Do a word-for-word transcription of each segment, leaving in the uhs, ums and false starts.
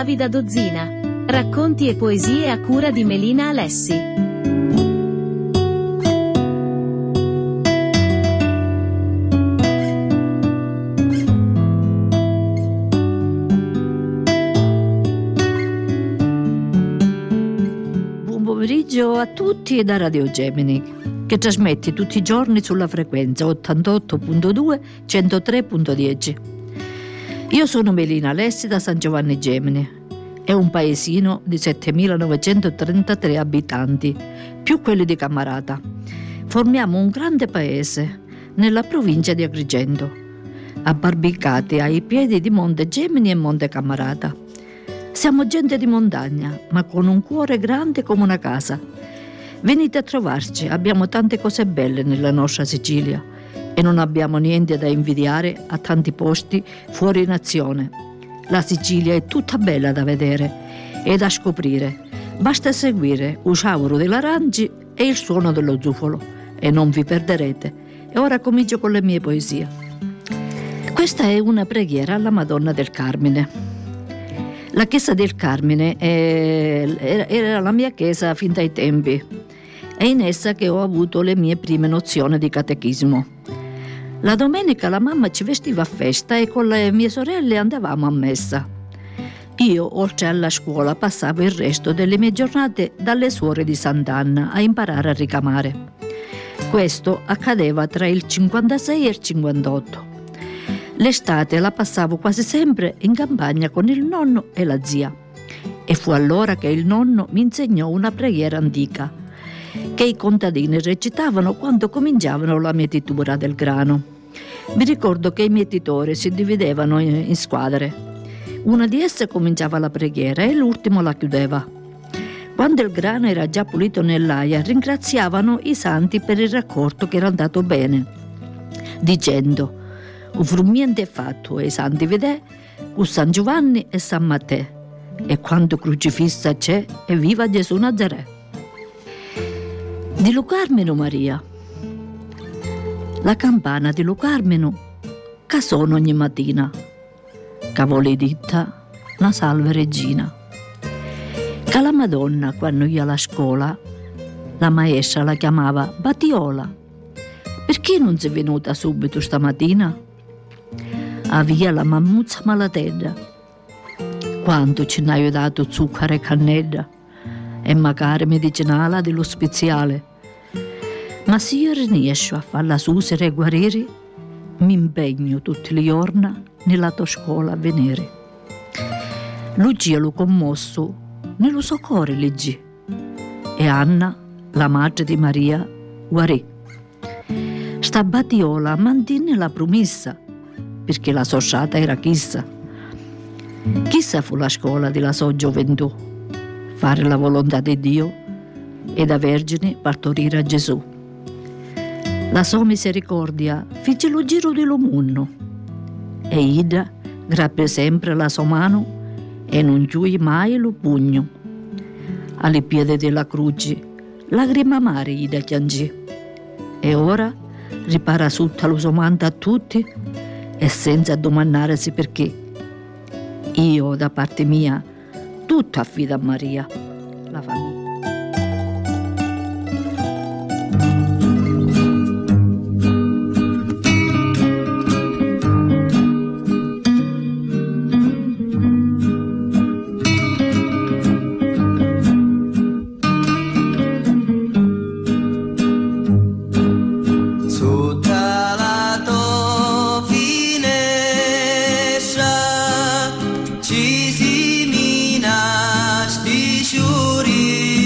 Navi da dozzina. Racconti e poesie a cura di Melina Alessi. Buon pomeriggio a tutti da Radio Gemini, che trasmette tutti i giorni sulla frequenza ottantotto virgola due centotré virgola dieci. Io sono Melina Alessi da San Giovanni Gemini. È un paesino di settemilanovecentotrentatré abitanti, più quelli di Cammarata. Formiamo un grande paese nella provincia di Agrigento, abbarbicati ai piedi di Monte Gemini e Monte Cammarata. Siamo gente di montagna, ma con un cuore grande come una casa. Venite a trovarci, abbiamo tante cose belle nella nostra Sicilia e non abbiamo niente da invidiare a tanti posti fuori nazione. La Sicilia è tutta bella da vedere e da scoprire. Basta seguire Usciauro dell'Aranci e il suono dello zufolo e non vi perderete. E ora comincio con le mie poesie. Questa è una preghiera alla Madonna del Carmine. La chiesa del Carmine è, era la mia chiesa fin dai tempi. È in essa che ho avuto le mie prime nozioni di catechismo. La domenica la mamma ci vestiva a festa e con le mie sorelle andavamo a messa. Io, oltre alla scuola, passavo il resto delle mie giornate dalle suore di Sant'Anna a imparare a ricamare. Questo accadeva tra il cinquantasei e il cinquantotto. L'estate la passavo quasi sempre in campagna con il nonno e la zia. E fu allora che il nonno mi insegnò una preghiera antica che i contadini recitavano quando cominciavano la mietitura del grano. Mi ricordo che i mietitori si dividevano in, in squadre. Una di esse cominciava la preghiera e l'ultimo la chiudeva. Quando il grano era già pulito nell'aia, ringraziavano i santi per il raccolto che era andato bene, dicendo: «Un frummiente è fatto, e i santi vedè, con San Giovanni e San Matteo, e quando crocifissa c'è, e viva Gesù Nazaré». Di Lucarmeno Maria. La campana di Lucarmeno che suona ogni mattina, che vuole ditta una salve regina. Che la Madonna, quando io alla scuola, la maestra la chiamava Batiola. Perché non sei venuta subito stamattina? Avia la mammuzza malatedda. Quanto ci ne hai dato zucchero e cannella e magari medicinale dello speziale. Ma se io riesco a farla susere e guarire, mi impegno tutti i giorni nella tua scuola a venire. Lucia lo commosso nello suo cuore leggi e Anna, la madre di Maria, guarì. Sta Batiola mantenne la promessa perché la società era chissà. Chissà fu la scuola della sua gioventù, fare la volontà di Dio e da vergine partorire a Gesù. La sua misericordia fece lo giro dello mondo e Ida grappe sempre la sua mano e non chiuse mai lo pugno. Alle piedi della croce lacrime amare Ida piangì e ora ripara tutta lo suo manto a tutti e senza domandarsi perché. Io da parte mia tutto affido a Maria, la famiglia. Ci si mina sti sciuri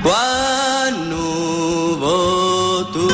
quando vuoi tu.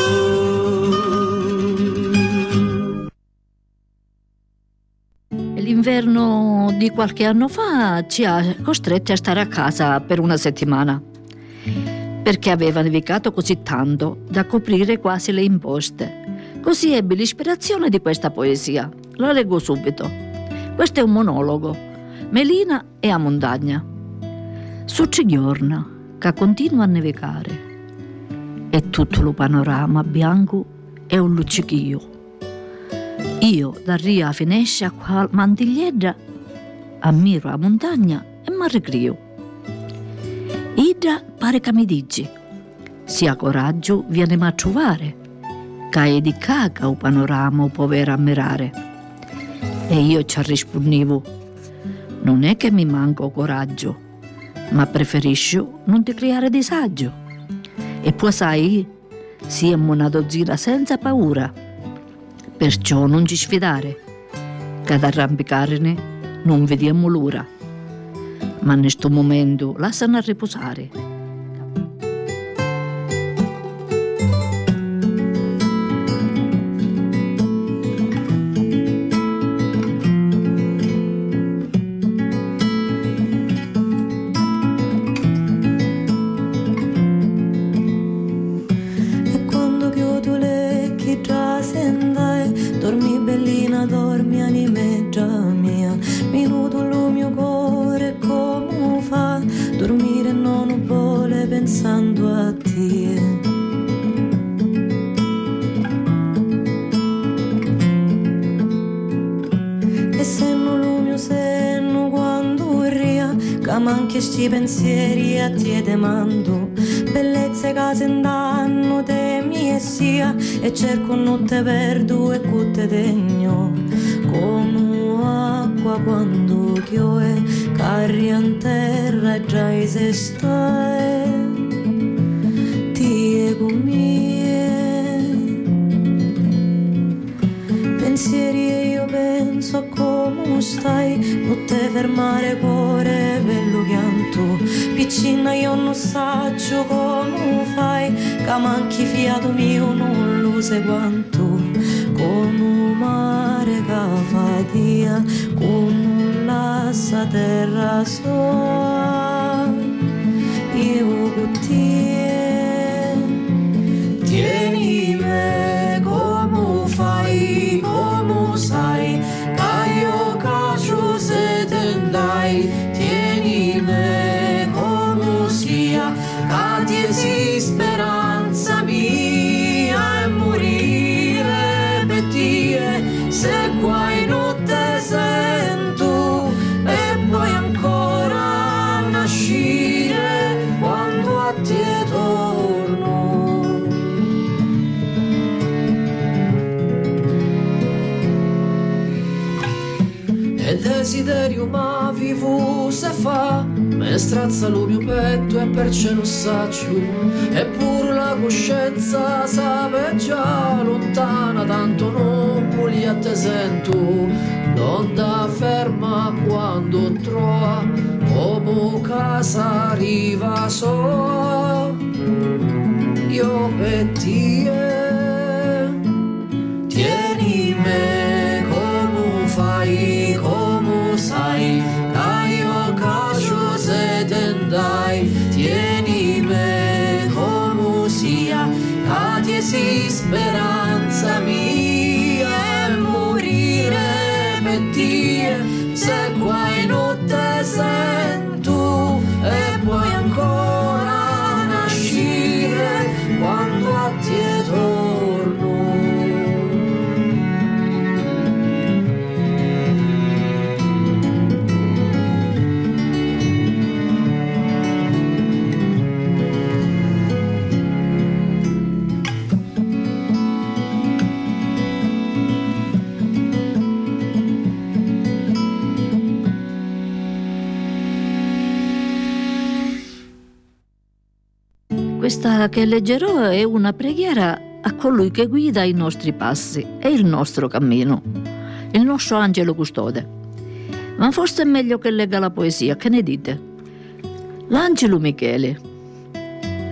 L'inverno di qualche anno fa ci ha costretti a stare a casa per una settimana, perché aveva nevicato così tanto da coprire quasi le imposte. Così ebbi l'ispirazione di questa poesia. La leggo subito. Questo è un monologo. Melina è a montagna. Su Cigiorna, che continua a nevicare, e tutto lo panorama bianco è un luccichio. Io, da ria a finestra, qua mantigliedra, ammiro la montagna e mi ricrio. Idra pare che mi dici, sia coraggio viene a trovare, che è di caca o panorama può aver ammirare. E io ci rispondevo, non è che mi manco coraggio, ma preferisco non ti creare disagio. E poi sai, siamo una dozzina senza paura, perciò non ci sfidare, che ad arrampicarne non vediamo l'ora, ma in questo momento lasciano riposare. Dormi bellina, dormi animeggia mia, minuto lo mio cuore come fa, dormire non vuole pensando a te. E se non lo mio senno quando ria, che manchi sti pensieri a te te mando, bellezze che se danno te mie sia, e cerco non te perdo e che te tegno, come acqua quando chiove, carria in terra e già se stai, ti ego mie, pensieri e io penso a come stai, non te fermare cuore bello pianto, piccina io non saggio come fai, che manchi fiato mio non lo sai quanto, come un mare che fa dia, come lascia terra sola, io con te, tieni me come fai, come sai, che io caccio se te andai, tieni me come sia, che ti esi speranza mia e morire per te, se guai non te sento e poi ancora nascere quando a te torno. E desiderio ma vivo se fa, me strazza lo mio petto e perciò non saggio, eppure la coscienza sape già lontana, tanto non puli a te sento, l'onda ferma quando trova, come casa arriva so, io per te, tieni me come fai, come sai, che io caccio se te andai, tieni me come sia, che ti esi speranza mia e morire per te, se guai non te sento e poi ancora nascere quando a te torno. Questa che leggerò è una preghiera a colui che guida i nostri passi e il nostro cammino, il nostro angelo custode. Ma forse è meglio che legga la poesia, che ne dite? L'angelo Michele.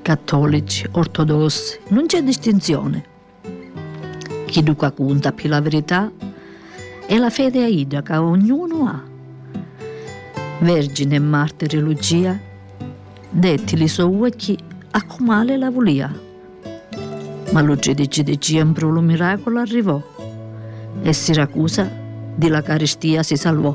cattolici, ortodossi, non c'è distinzione. Chi duca conta più la verità è la fede aida che ognuno ha. Vergine e martiri Lucia, detti li suoi occhi a comale la volia. Ma Lucia di dicembre lo miracolo arrivò e Siracusa di la carestia si salvò.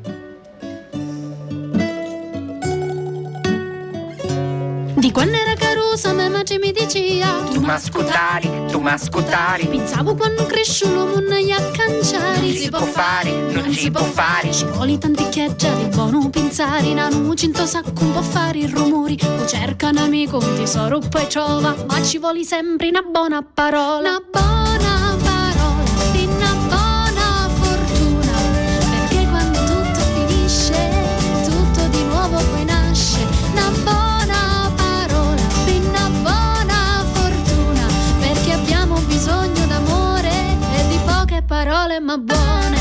Di quando era carusa mia madre mi diceva Tu m'ascoltari, tu m'ascoltari. Pensavo quando cresce l'uomo non gli accanciari. Non si può fare, non si può fare. Ci vuole tanti chiacchiere, buono pensare. In un cinto sacco un po' fare i rumori. Poi cerca un amico, un tesoro poi trova. Ma ci vuole sempre una buona parola. Una buona parola, di una buona fortuna. Perché quando tutto finisce, tutto di nuovo poi nasce. Una buona bisogno d'amore e di poche parole ma buone.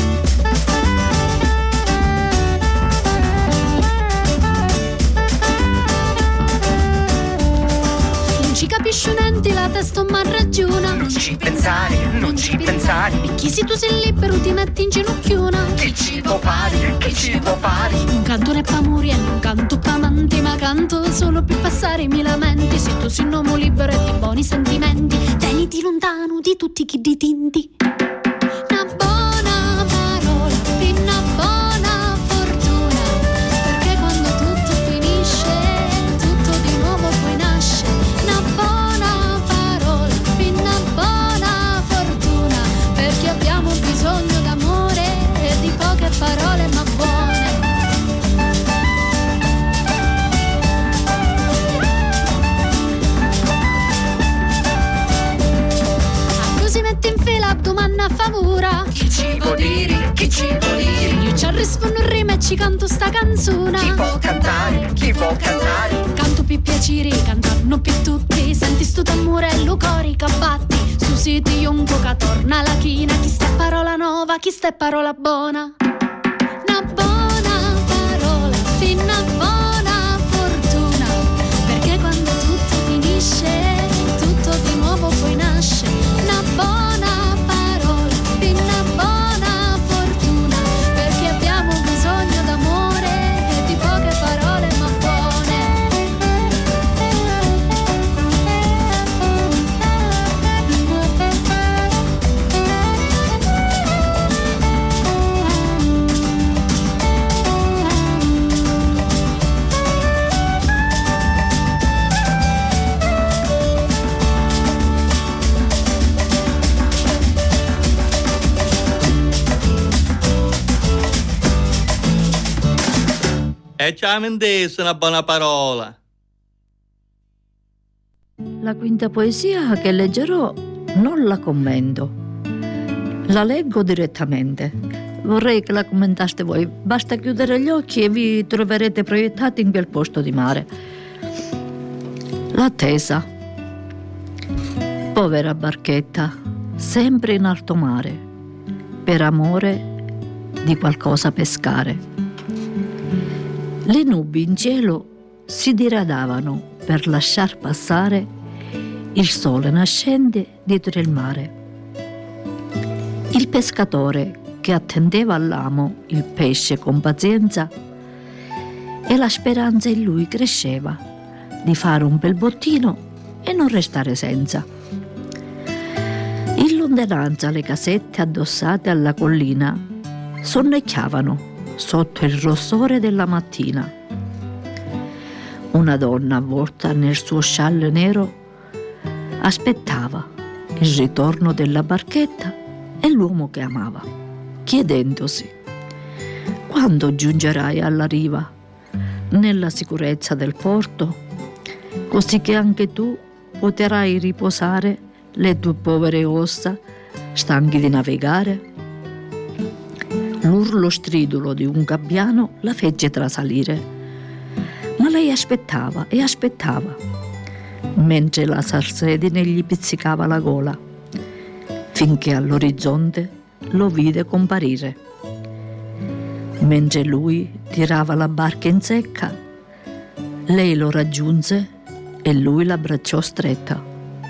Non ci capisci niente, la testa ma ragiona. Non ci pensare, non ci pensare. E chi se tu sei libero ti metti in ginocchiona. Che ci può fare, che ci può fare. Non canto né pa muri e non canto pa amanti, ma canto solo per passare i miei lamenti. Se tu sei un uomo libero e di buoni sentimenti, teniti lontano di tutti chi di tinti. Una buona parola, di una buona fortuna. Perché quando tutto finisce, tutto di nuovo poi nasce. Una buona parola, di una buona fortuna. Perché abbiamo bisogno d'amore e di poche parole ma buone. Si mette in fila domanda a favore. Chi ci può dire, chi ci può dire. Io ci rispondo in rima e ci canto sta canzone. Chi può cantare, chi può cantare. Canto più piacere, cantano più tutti. Senti sto tamburo e lo cori che batti. Su siti un po' che torna la china. Chi sta parola nuova, chi sta parola buona. Una buona parola, fin una buona fortuna. Perché quando tutto finisce, tutto di nuovo poi nasce. Una buona parola, di una buona fortuna. Perché abbiamo bisogno d'amore e di poche parole ma buone. E ci ha mendesso una buona parola. La quinta poesia che leggerò non la commento, la leggo direttamente. Vorrei che la commentaste voi. Basta chiudere gli occhi e vi troverete proiettati in quel posto di mare. L'attesa. Povera barchetta, sempre in alto mare, per amore di qualcosa pescare. Le nubi in cielo si diradavano per lasciar passare il sole nascente dietro il mare. Il pescatore che attendeva all'amo il pesce con pazienza e la speranza in lui cresceva di fare un bel bottino e non restare senza. In lontananza le casette addossate alla collina sonnecchiavano sotto il rossore della mattina. Una donna avvolta nel suo scialle nero aspettava il ritorno della barchetta e l'uomo che amava, chiedendosi: quando giungerai alla riva, nella sicurezza del porto, così che anche tu potrai riposare le tue povere ossa, stanchi di navigare? L'urlo stridulo di un gabbiano la fece trasalire, ma lei aspettava e aspettava, mentre la salsedine gli pizzicava la gola, finché all'orizzonte lo vide comparire. Mentre lui tirava la barca in secca, lei lo raggiunse e lui l'abbracciò stretta.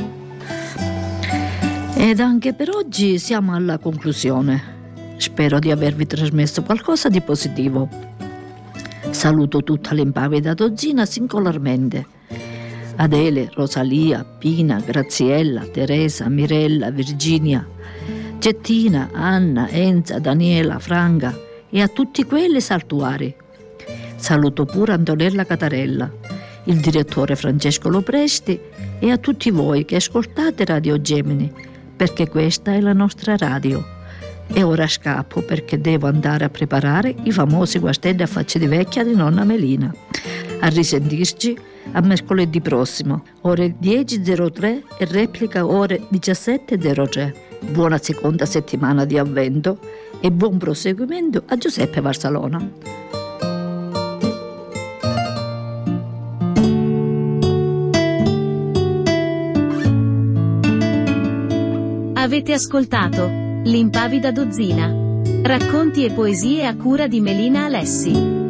Ed anche per oggi siamo alla conclusione. Spero di avervi trasmesso qualcosa di positivo. Saluto tutta l'impavida dozzina singolarmente. Adele, Rosalia, Pina, Graziella, Teresa, Mirella, Virginia, Gettina, Anna, Enza, Daniela, Franca e a tutti quelli saltuari. Saluto pure Antonella Catarella, il direttore Francesco Lopresti e a tutti voi che ascoltate Radio Gemini, perché questa è la nostra radio. E ora scappo perché devo andare a preparare i famosi guastelli a faccia di vecchia di nonna Melina. A risentirci a mercoledì prossimo, ore dieci e zero tre e replica ore diciassette e zero tre. Buona seconda settimana di avvento e buon proseguimento a Giuseppe Varsalona. Avete ascoltato L'Impavida Dozzina. Racconti e poesie a cura di Melina Alessi.